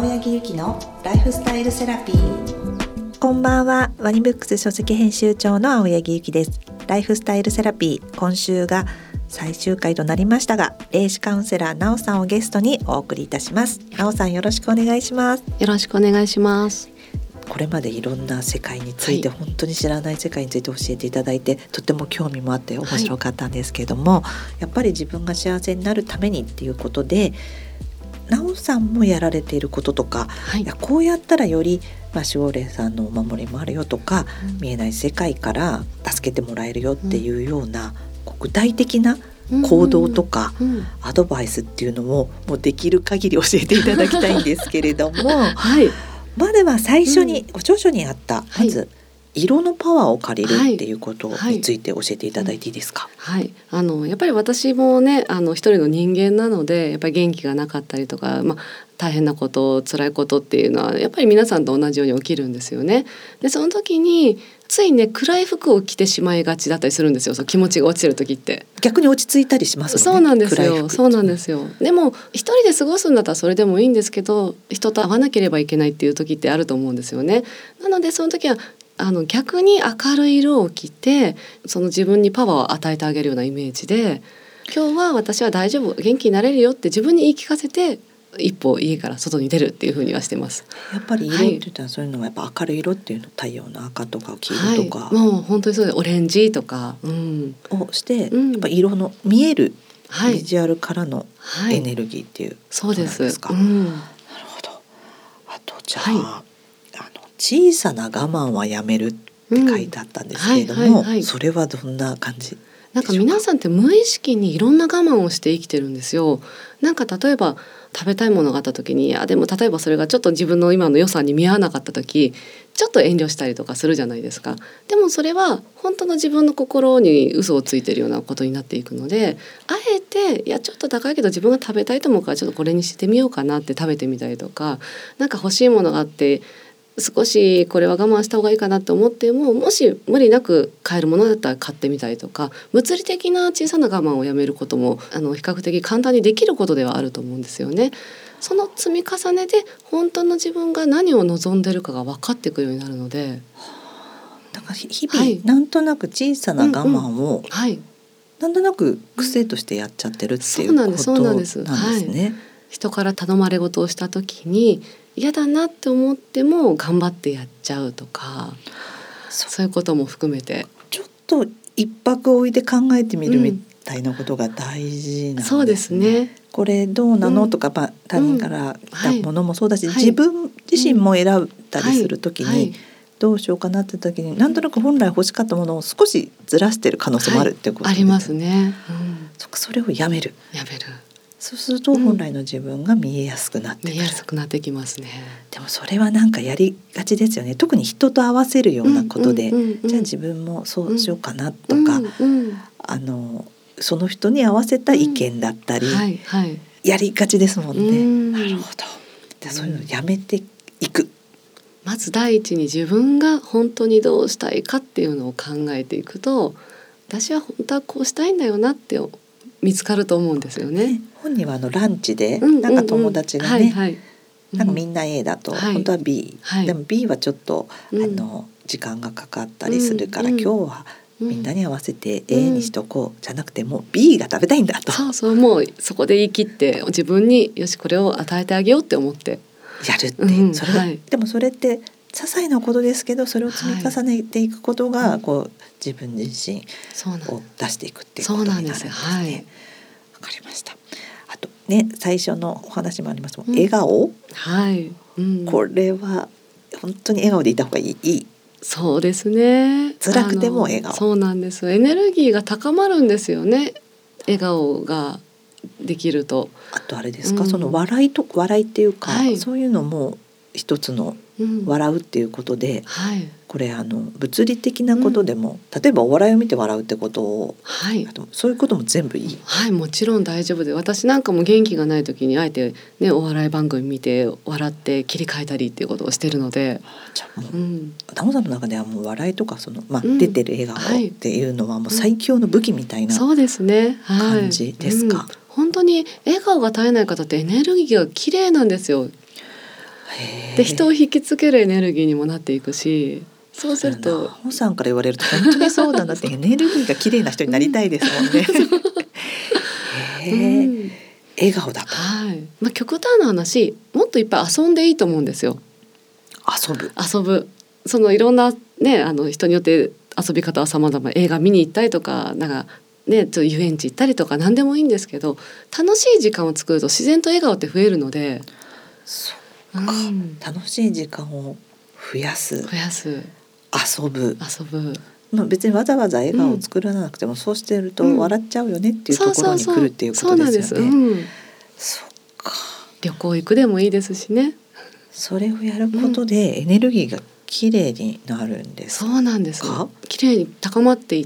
青柳ゆきのライフスタイルセラピー。 こんばんは。ワニブックス書籍編集長の青柳ゆきです。ライフスタイルセラピー、今週が最終回となりましたが、霊視カウンセラーなおさんをゲストにお送りいたします。なおさん、よろしくお願いします。 よろしくお願いします。 これまでいろんな世界について、本当に知らない世界について教えていただいて、とても興味もあって面白かったんですけれども、やっぱり自分が幸せになるためにっていうことで、なおさんもやられていることとか、いやこうやったらより、守護霊さんのお守りもあるよとか、見えない世界から助けてもらえるよっていうような、具体的な行動とか、アドバイスっていうのをもうできる限り教えていただきたいんですけれども、まずは最初にご著書にあった、まず色のパワーを借りるっていうことについて教えていただいていいですか？ やっぱり私もね、一人の人間なので、やっぱり元気がなかったりとか、大変なこと、辛いことっていうのはやっぱり皆さんと同じように起きるんですよね。でその時についね、暗い服を着てしまいがちだったりするんですよ。そう、気持ちが落ちてる時って逆に落ち着いたりしますもんね。 そうなんですよ。そうなんですよ。でも一人で過ごすんだったらそれでもいいんですけど、人と会わなければいけないっていう時ってあると思うんですよね。なのでその時は逆に明るい色を着て、その自分にパワーを与えてあげるようなイメージで、今日は私は大丈夫、元気になれるよって自分に言い聞かせて、一歩家から外に出るっていう風にはしてます。 やっぱり色って言ったら、そういうのはやっぱ明るい色っていうの、太陽の赤とか黄色とか、 もう本当にそうで、オレンジとか、 をして、やっぱ色の見えるビジュアルからのエネルギーっていうことなんですか？なるほど。あとじゃあ、小さな我慢はやめるって書いてあったんですけれども、それはどんな感じ？ なんか皆さんって無意識にいろんな我慢をして生きてるんですよ。なんか例えば食べたいものがあった時に、でも例えばそれがちょっと自分の今の予算に見合わなかった時、ちょっと遠慮したりとかするじゃないですか。でもそれは本当の自分の心に嘘をついてるようなことになっていくので、あえてちょっと高いけど自分が食べたいと思うから、ちょっとこれにしてみようかなって食べてみたりとか、なんか欲しいものがあって少しこれは我慢した方がいいかなと思っても、もし無理なく買えるものだったら買ってみたりとか、物理的な小さな我慢をやめることも比較的簡単にできることではあると思うんですよね。その積み重ねで本当の自分が何を望んでるかが分かってくるようになるので、 だから日々、なんとなく小さな我慢を、なんとなく癖としてやっちゃってるっていうことなんですね。 人から頼まれ事をした時に嫌だなって思っても頑張ってやっちゃうとか、そういうことも含めてちょっと一泊置いて考えてみるみたいなことが大事なんですね。 そうですね。 これどうなのとか、他人から来たものもそうだし、自分自身も選んだりするときに、どうしようかなって時に、なんとなく本来欲しかったものを少しずらしてる可能性もあるってことです、 ありますね。 それをやめる。そうすると本来の自分が見えやすくなってくる。 見えやすくなってきますね。 でもそれはなんかやりがちですよね。特に人と合わせるようなことで、じゃあ自分もそうしようかなとか、その人に合わせた意見だったり、やりがちですもんね。なるほど。じゃあそういうのをやめていく。 まず第一に自分が本当にどうしたいかっていうのを考えていくと、私は本当はこうしたいんだよなって見つかると思うんですよね。 本人はランチでなんか友達がね、なんかみんな A だと、本当は B、でも B はちょっと時間がかかったりするから、今日はみんなに合わせて A にしとこう、じゃなくてもう B が食べたいんだと、 もうそこで言い切って自分によしこれを与えてあげようって思ってやるって、それでもそれって些細なことですけど、それを積み重ねていくことが自分自身を出していくっていうことになるんですね。わかりました。あとね、最初のお話もありますもん、笑顔、これは本当に笑顔でいた方がいい。 そうですね。 辛くても笑顔。 そうなんです。エネルギーが高まるんですよね。笑顔ができると。 あとあれですか、その笑いっていうか、そういうのも一つの笑うっていうことで、これ物理的なことでも、例えばお笑いを見て笑うってことを、そういうことも全部いい？ もちろん大丈夫で、私なんかも元気がない時にあえてね、お笑い番組見て笑って切り替えたりっていうことをしてるので、 じゃあもうタモさんの中ではもう笑いとか出てる笑顔っていうのはもう最強の武器みたいな感じですか？ 本当に笑顔が絶えない方ってエネルギーが綺麗なんですよ。 で人を引きつけるエネルギーにもなっていくし、そうすると本さんから言われると本当にそうだなってエネルギーが綺麗な人になりたいですもんね。笑顔だと、 極端な話もっといっぱい遊んでいいと思うんですよ。遊ぶそのいろんな、ね、人によって遊び方は様々、映画見に行ったりとかちょっと遊園地行ったりとか何でもいいんですけど、楽しい時間を作ると自然と笑顔って増えるので、 楽しい時間を増やす遊ぶ、別にわざわざ笑顔を作らなくても、そうしてると笑っちゃうよねっていうところに来るっていうことですよね。そっか。 旅行行くでもいいですしね。 それをやることでエネルギーがきれいになるんですか？ そうなんです。きれいに高まっていって、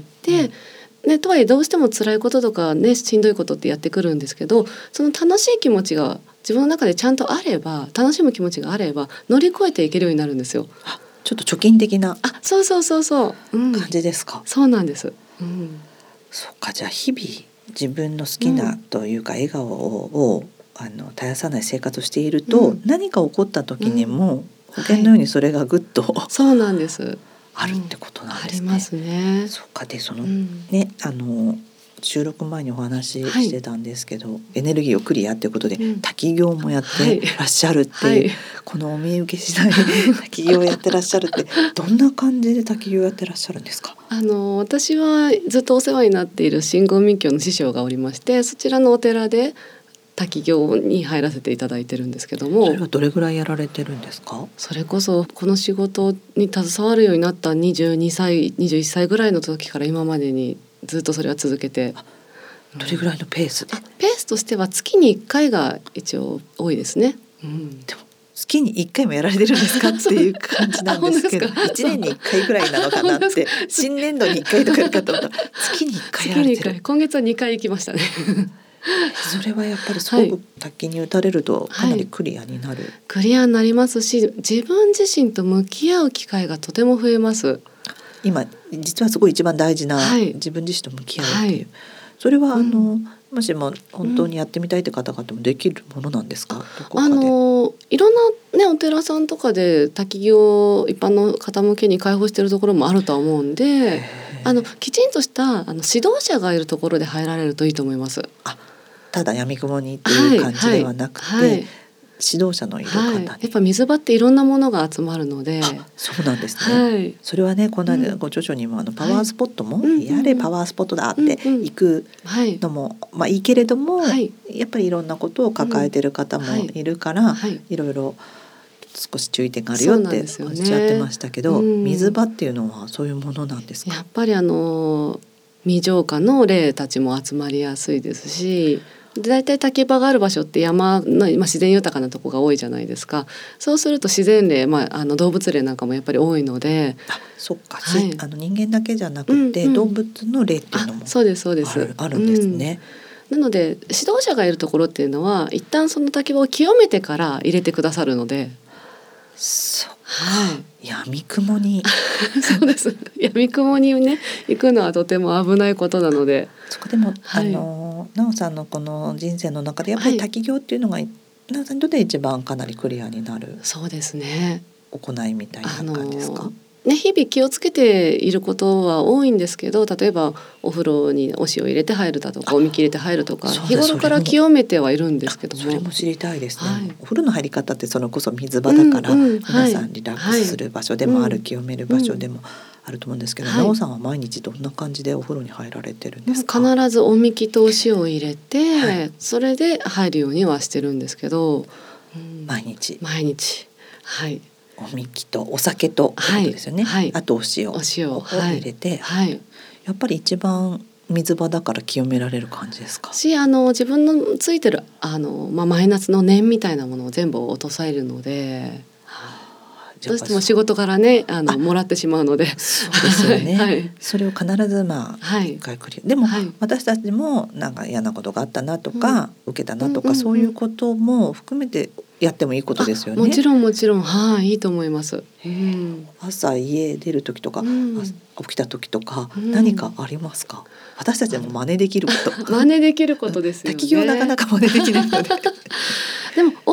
とはいえどうしても辛いこととかね、しんどいことってやってくるんですけど、その楽しい気持ちが自分の中でちゃんとあれば、楽しむ気持ちがあれば乗り越えていけるようになるんですよ。 ちょっと貯金的なそう、感じですか？ そうなんです。 そっか。じゃあ日々自分の好きなというか笑顔を絶やさない生活をしていると、何か起こった時にも保険のようにそれがぐっと、 そうなんです。 あるってことなんですね。 ありますね。 そっか。でその、収録前にお話ししてたんですけど、エネルギーをクリアっていうことで、滝行もやってらっしゃるっていう、このお見受けしない滝行をやってらっしゃるってどんな感じで滝行をやってらっしゃるんですか？ 私はずっとお世話になっている真言密教の師匠がおりまして、そちらのお寺で滝行に入らせていただいてるんですけども。 それはどれぐらいやられてるんですか？ それこそこの仕事に携わるようになった22歳21歳ぐらいの時から今までにずっとそれは続けて。 どれぐらいのペースで？ ペースとしては月に1回が一応多いですね。 でも月に1回もやられてるんですかっていう感じなんですけど1年に1回ぐらいなのかなって新年度に1回とかかと思ったら月に1回やられてる。 今月は2回行きましたね。 それはやっぱりすごく滝に打たれるとかなりクリアになる、 クリアになりますし、自分自身と向き合う機会がとても増えます。 今実はすごい一番大事な、自分自身と向き合うっていう、それはもしも本当にやってみたいって方々もできるものなんですか？どこかでいろんな、ね、お寺さんとかで滝行を一般の方向けに開放しているところもあるとは思うんで、きちんとした指導者がいるところで入られるといいと思います。 ただ闇雲にっていう感じではなくて、指導者のいる方に、 やっぱ水場っていろんなものが集まるので。 そうなんですね、それはね、この間ご著書にもパワースポットも、やれパワースポットだって行くのも、いいけれども、やっぱりいろんなことを抱えてる方もいるから、いろいろ少し注意点があるよっておっしゃってましたけど、水場っていうのはそういうものなんですか？ やっぱり未浄化の霊たちも集まりやすいですし、だいたい滝場がある場所って山の、自然豊かなとこが多いじゃないですか。そうすると自然霊、動物霊なんかもやっぱり多いので。 そっか、人間だけじゃなくて、動物の霊っていうのもそうですあるんですね。 なので指導者がいるところっていうのは一旦その滝場を清めてから入れてくださるので。 そっか、闇雲にそうです。闇雲にね行くのはとても危ないことなので。 そこでも、なおさんのこの人生の中でやっぱり滝行っていうのが、なおさんにとって一番かなりクリアになる、 そうですね、 行いみたいな感じですか？ 日々気をつけていることは多いんですけど、例えばお風呂にお塩入れて入るだとか、おみき入れて入るとか、日頃から清めてはいるんですけども。 それも知りたいですね、お風呂の入り方ってそれこそ水場だから、皆さんリラックスする場所でもある、清める場所でもあると思うんですけど、なおさんは毎日どんな感じでお風呂に入られてるんですか？ 必ずおみきとお塩を入れて、それで入るようにはしてるんですけど、 毎日おみきとお酒とってことですよね、あとお塩を入れて、やっぱり一番水場だから清められる感じですか？ 自分のついてるマイナスの念みたいなものを全部落とされるので、どうしても仕事からねもらってしまうので。 そうですよね、それを必ず一回クリアでも、私たちもなんか嫌なことがあったなとか、受けたなとか、そういうことも含めてやってもいいことですよね。 もちろん、いいと思います。 朝家出る時とか、起きた時とか、何かありますか？私たちも真似できること真似できることですよね。 滝行なかなか真似できないのででも起きた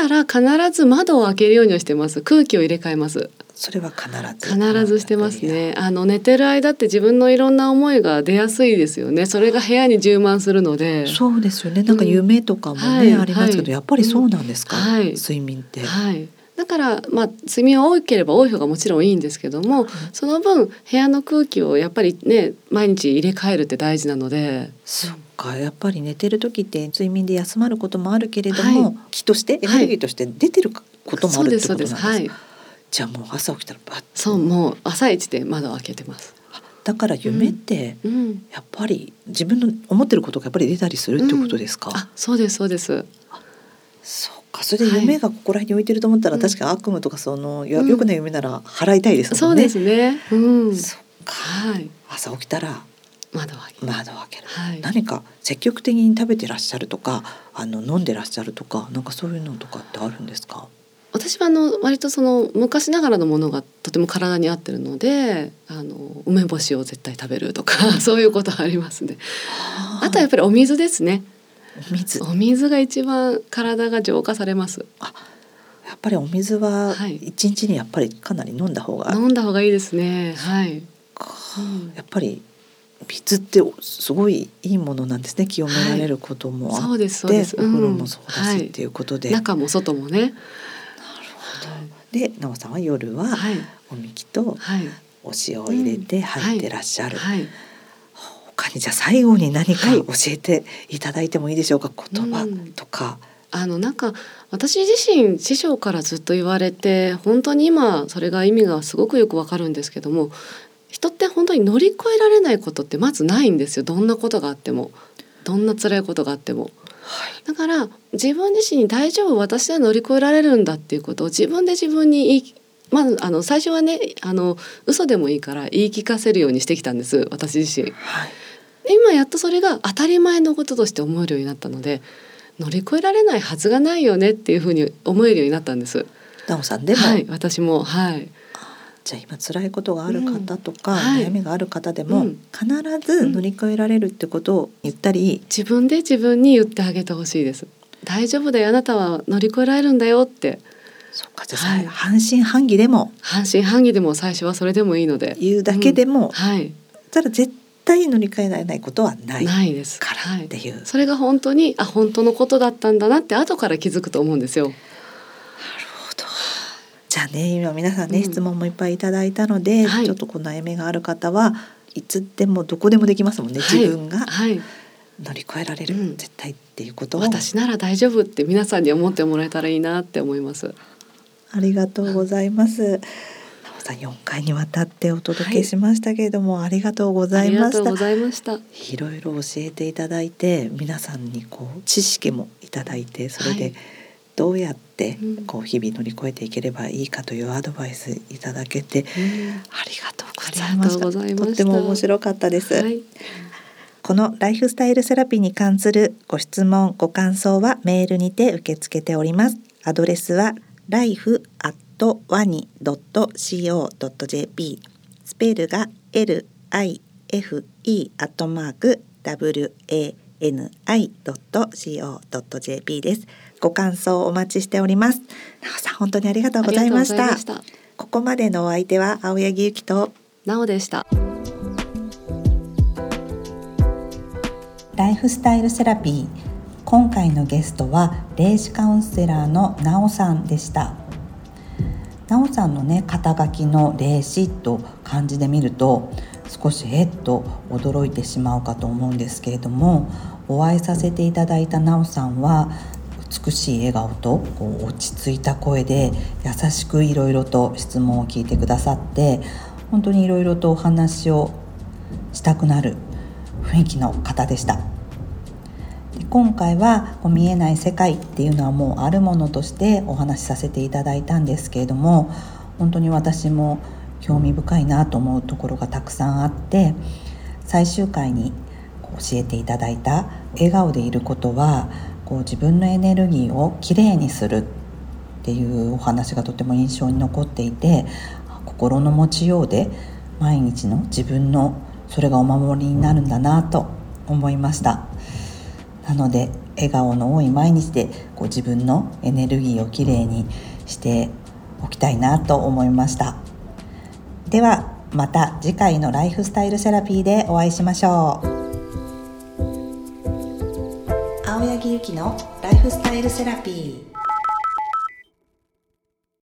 たら必ず窓を開けるようにはしてます。空気を入れ替えます。 それは必ずしてますね。寝てる間って自分のいろんな思いが出やすいですよね。それが部屋に充満するので。 そうですよね。なんか夢とかもね、ありますけど、やっぱりそうなんですか、睡眠って。 だから、睡眠は多ければ多い方がもちろんいいんですけども、その分部屋の空気をやっぱりね毎日入れ替えるって大事なので。 そっか、やっぱり寝てる時って睡眠で休まることもあるけれども、気としてエネルギーとして出てることもあるってことなんですか。じゃあもう朝起きたらバッと。 そう、もう朝一で窓を開けてます。 だから夢ってやっぱり自分の思ってることがやっぱり出たりするってことですか。 そうですそうです。 そうか、それで夢がここら辺に置いてると思ったら、確かに悪夢とかよくない夢なら払いたいですもんね。 そうですね。 そっか、朝起きたら窓を開ける、 何か積極的に食べてらっしゃるとか飲んでらっしゃるとか、なんかそういうのとかってあるんですか。 私は割と昔ながらのものがとても体に合ってるので、梅干しを絶対食べるとかそういうことありますね。あとはやっぱりお水ですね。お水が一番体が浄化されます。 やっぱりお水は一日にやっぱりかなり飲んだ方がいいですね。 やっぱり水ってすごいいいものなんですね。清められることもあって、 そうですそうです。 お風呂もそうだしっていうことで、 中も外もね。なるほど。で、なおさんは夜はおみきとお塩を入れて入ってらっしゃる。他にじゃあ最後に何か教えていただいてもいいでしょうか。言葉とか。 なんか私自身師匠からずっと言われて、本当に今それが意味がすごくよくわかるんですけども、人って本当に乗り越えられないことってまずないんですよ。どんなことがあっても、どんな辛いことがあっても。だから自分自身に大丈夫、私は乗り越えられるんだっていうことを自分で自分にまず最初はね嘘でもいいから言い聞かせるようにしてきたんです、私自身。今やっとそれが当たり前のこととして思えるようになったので、乗り越えられないはずがないよねっていうふうに思えるようになったんです。 なおさんでも、 私もじゃあ今辛いことがある方とか、悩みがある方でも、必ず乗り越えられるってことを言ったり、 自分で自分に言ってあげてほしいです。大丈夫だよ、あなたは乗り越えられるんだよって。 そうか、じゃあ半信半疑でも最初はそれでもいいので言うだけでも、ただ絶対乗り換えられないことはないですからっていう、 それが本当に本当のことだったんだなって後から気づくと思うんですよ。なるほど。じゃあね、今皆さんね、質問もいっぱいいただいたので、ちょっとこの悩みがある方はいつでもどこでもできますもんね。自分が乗り越えられる、絶対っていうことを、 私なら大丈夫って皆さんに思ってもらえたらいいなって思います。 ありがとうございます。4回にわたってお届けしましたけれども、ありがとうございました。いろいろ教えていただいて、皆さんに知識もいただいて、それでどうやって日々乗り越えていければいいかというアドバイスいただけて、ありがとうございました。とっても面白かったです。このライフスタイルセラピーに関するご質問ご感想はメールにて受け付けております。アドレスはlife@wani.co.jp、 スペルが life@wani.co.jp です。ご感想お待ちしております。なおさん、本当にありがとうございました。ここまでのお相手は青柳ゆきとなおでした。 ライフスタイルセラピー、今回のゲストは霊視カウンセラーのなおさんでした。なおさんのね、肩書きの霊視と漢字で見ると少しと驚いてしまうかと思うんですけれども、お会いさせていただいたなおさんは美しい笑顔と落ち着いた声で優しくいろいろと質問を聞いてくださって、本当にいろいろとお話をしたくなる雰囲気の方でした。今回は見えない世界っていうのはもうあるものとしてお話しさせていただいたんですけれども、本当に私も興味深いなと思うところがたくさんあって、最終回に教えていただいた笑顔でいることは自分のエネルギーをきれいにするっていうお話がとても印象に残っていて、心の持ちようで毎日の自分のそれがお守りになるんだなと思いました。なので笑顔の多い毎日で自分のエネルギーをきれいにしておきたいなと思いました。ではまた次回のライフスタイルセラピーでお会いしましょう。青柳ゆきのライフスタイルセラピー。